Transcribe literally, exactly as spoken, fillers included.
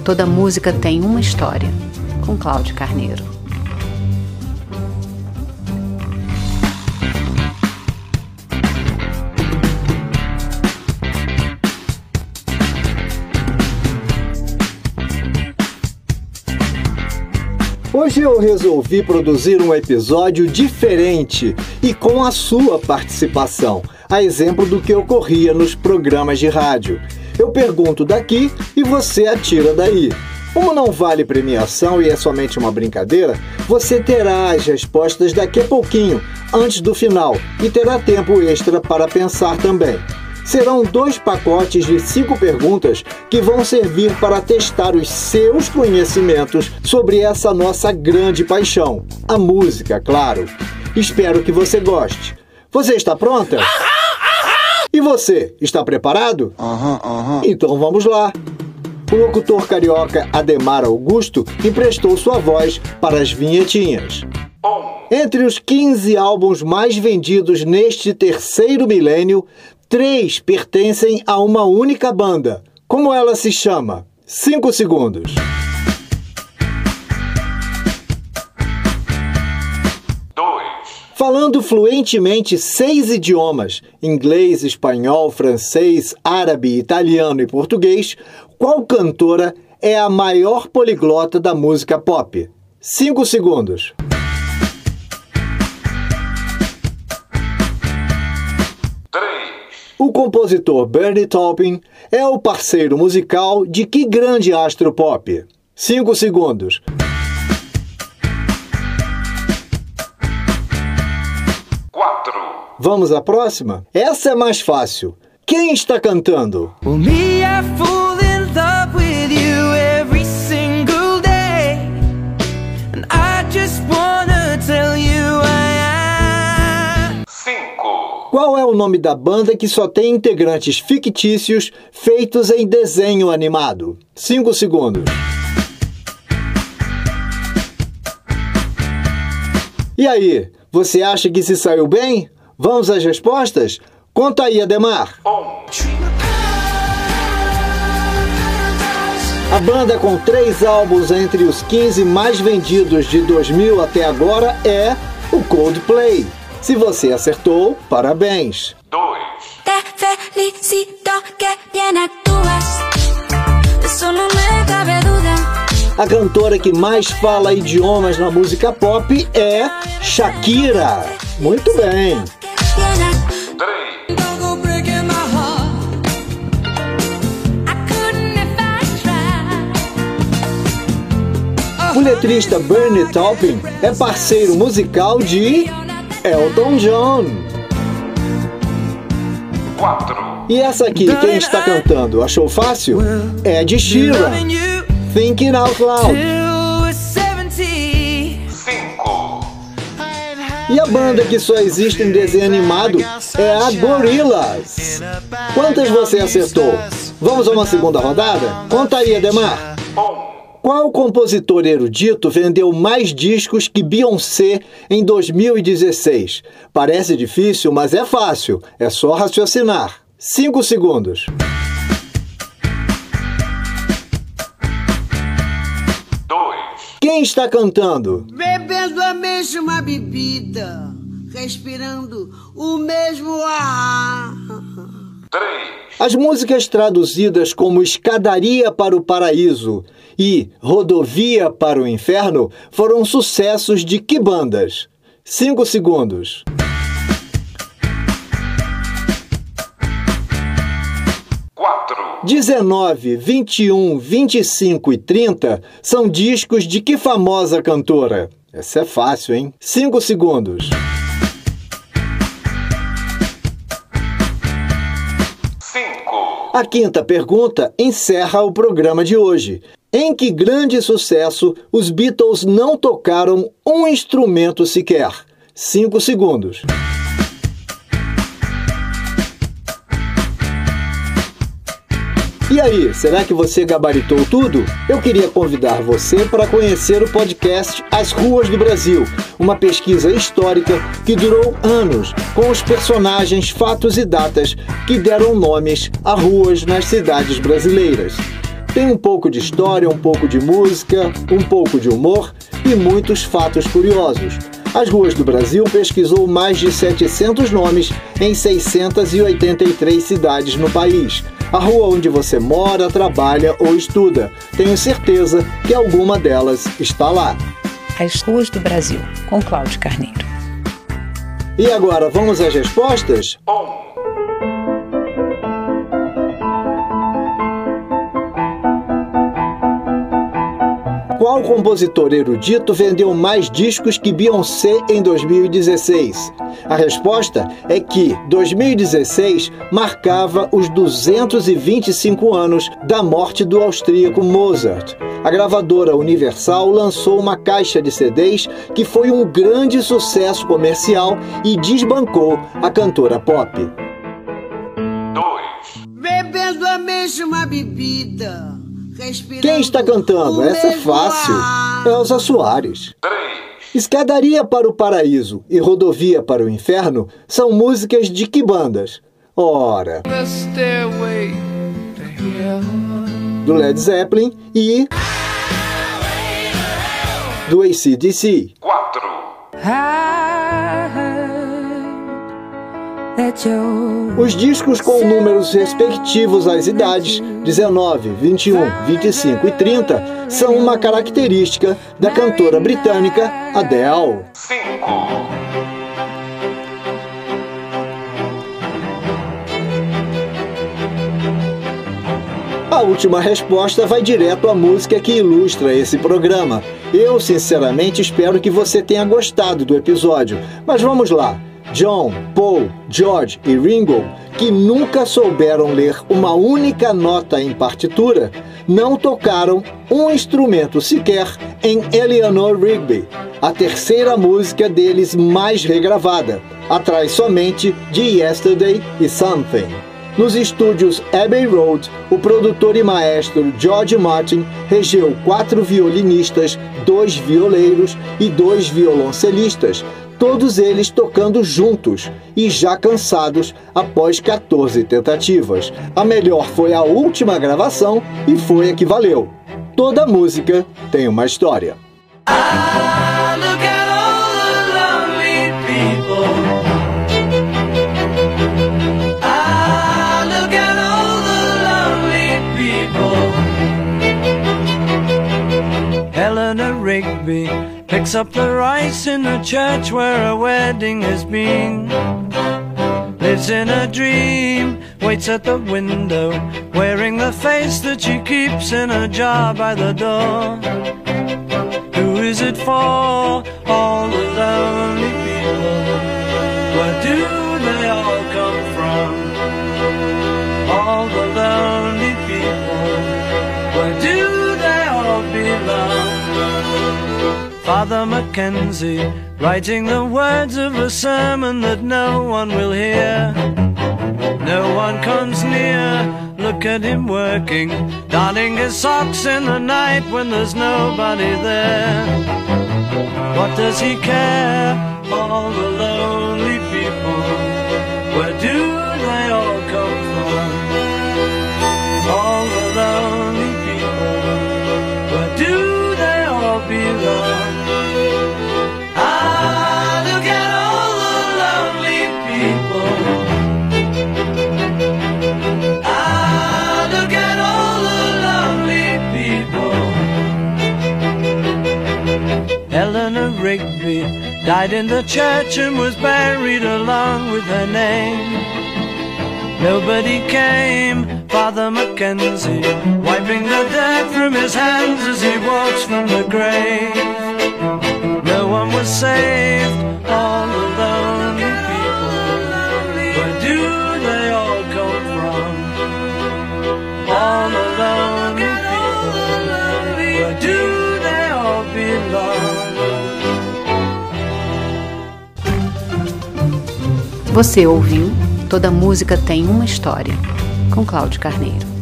Toda música tem uma história, com Cláudio Carneiro. Hoje eu resolvi produzir um episódio diferente e com a sua participação, a exemplo do que ocorria nos programas de rádio. Eu pergunto daqui e você atira daí. Como não vale premiação e é somente uma brincadeira, você terá as respostas daqui a pouquinho, antes do final, e terá tempo extra para pensar também. Serão dois pacotes de cinco perguntas que vão servir para testar os seus conhecimentos sobre essa nossa grande paixão, a música, claro. Espero que você goste. Você está pronta? E você, está preparado? Aham, aham. Então vamos lá. O locutor carioca Ademar Augusto emprestou sua voz para as vinhetinhas. Entre os quinze álbuns mais vendidos neste terceiro milênio, três pertencem a uma única banda. Como ela se chama? Cinco segundos. Dois. Falando fluentemente seis idiomas, inglês, espanhol, francês, árabe, italiano e português, qual cantora é a maior poliglota da música pop? Cinco segundos. O compositor Bernie Taupin é o parceiro musical de que grande astro pop? Cinco segundos. Quatro. Vamos à próxima? Essa é mais fácil. Quem está cantando? Well, me, I fall in love with you every single day, and I just wanna tell you I am. Cinco. Qual é o nome da banda que só tem integrantes fictícios feitos em desenho animado? Cinco segundos. E aí, você acha que se saiu bem? Vamos às respostas? Conta aí, Ademar. A banda com três álbuns entre os quinze mais vendidos de dois mil até agora é o Coldplay. Se você acertou, parabéns. Dois. Te felicito que bien actúas, eso no me cabe duda. A cantora que mais fala idiomas na música pop é Shakira. Muito bem. Três. O letrista Bernie Taupin é parceiro musical de Elton John. Quatro. E essa aqui, quem está cantando? Achou fácil? Ed Sheeran. Thinking Out Loud. Cinco. E a banda que só existe em desenho animado é a Gorillaz. Quantas você acertou? Vamos a uma segunda rodada? Conta aí, Ademar. Um. Qual compositor erudito vendeu mais discos que Beyoncé em dois mil e dezesseis? Parece difícil, mas é fácil. É só raciocinar. Cinco segundos. Dois. Quem está cantando? Bebendo a mesma bebida, respirando o mesmo ar. Três. As músicas traduzidas como Escadaria para o Paraíso e Rodovia para o Inferno foram sucessos de que bandas? Cinco segundos. Quatro. dezenove, vinte e um, vinte e cinco e trinta são discos de que famosa cantora? Essa é fácil, hein? Cinco segundos. A quinta pergunta encerra o programa de hoje. Em que grande sucesso os Beatles não tocaram um instrumento sequer? Cinco segundos. E aí, será que você gabaritou tudo? Eu queria convidar você para conhecer o podcast As Ruas do Brasil, uma pesquisa histórica que durou anos, com os personagens, fatos e datas que deram nomes a ruas nas cidades brasileiras. Tem um pouco de história, um pouco de música, um pouco de humor e muitos fatos curiosos. As Ruas do Brasil pesquisou mais de setecentos nomes em seiscentas e oitenta e três cidades no país. A rua onde você mora, trabalha ou estuda. Tenho certeza que alguma delas está lá. As Ruas do Brasil, com Cláudio Carneiro. E agora, vamos às respostas? Um. Qual compositor erudito vendeu mais discos que Beyoncé em dois mil e dezesseis? A resposta é que dois mil e dezesseis marcava os duzentos e vinte e cinco anos da morte do austríaco Mozart. A gravadora Universal lançou uma caixa de C Ds que foi um grande sucesso comercial e desbancou a cantora pop. Dois. Bebendo a mesma bebida. Quem está cantando? Essa é fácil. Elza Soares. Três. Escadaria para o Paraíso e Rodovia para o Inferno são músicas de que bandas? Ora, do Led Zeppelin e do A C D C. Quatro. Os discos com números respectivos às idades dezenove, vinte e um, vinte e cinco e trinta são uma característica da cantora britânica Adele. Cinco. A última resposta vai direto à música que ilustra esse programa. Eu, sinceramente, espero que você tenha gostado do episódio. Mas vamos lá. John, Paul, George e Ringo, que nunca souberam ler uma única nota em partitura, não tocaram um instrumento sequer em Eleanor Rigby, a terceira música deles mais regravada, atrás somente de Yesterday e Something. Nos estúdios Abbey Road, o produtor e maestro George Martin regeu quatro violinistas, dois violeiros e dois violoncelistas, todos eles tocando juntos e já cansados após quatorze tentativas. A melhor foi a última gravação e foi a que valeu. Toda música tem uma história. Ah, look at all the lonely people. Ah, look at all the lonely people. Eleanor Rigby picks up the rice in the church where a wedding has been. Lives in a dream, waits at the window, wearing the face that she keeps in a jar by the door. Who is it for? All the lonely people. Where do they all come from? All the lonely people. Where do they all belong? Father Mackenzie, writing the words of a sermon that no one will hear. No one comes near, look at him working, darning his socks in the night when there's nobody there. What does he care? All the lonely people, where do they all come from? All the lonely people, where do they all belong? Eleanor Rigby died in the church and was buried along with her name. Nobody came, Father Mackenzie, wiping the dirt from his hands as he walks from the grave. No one was saved, all the lonely people. Where do they all come from? All the lonely people. Where do they all belong? Você ouviu Toda Música Tem Uma História, com Cláudio Carneiro.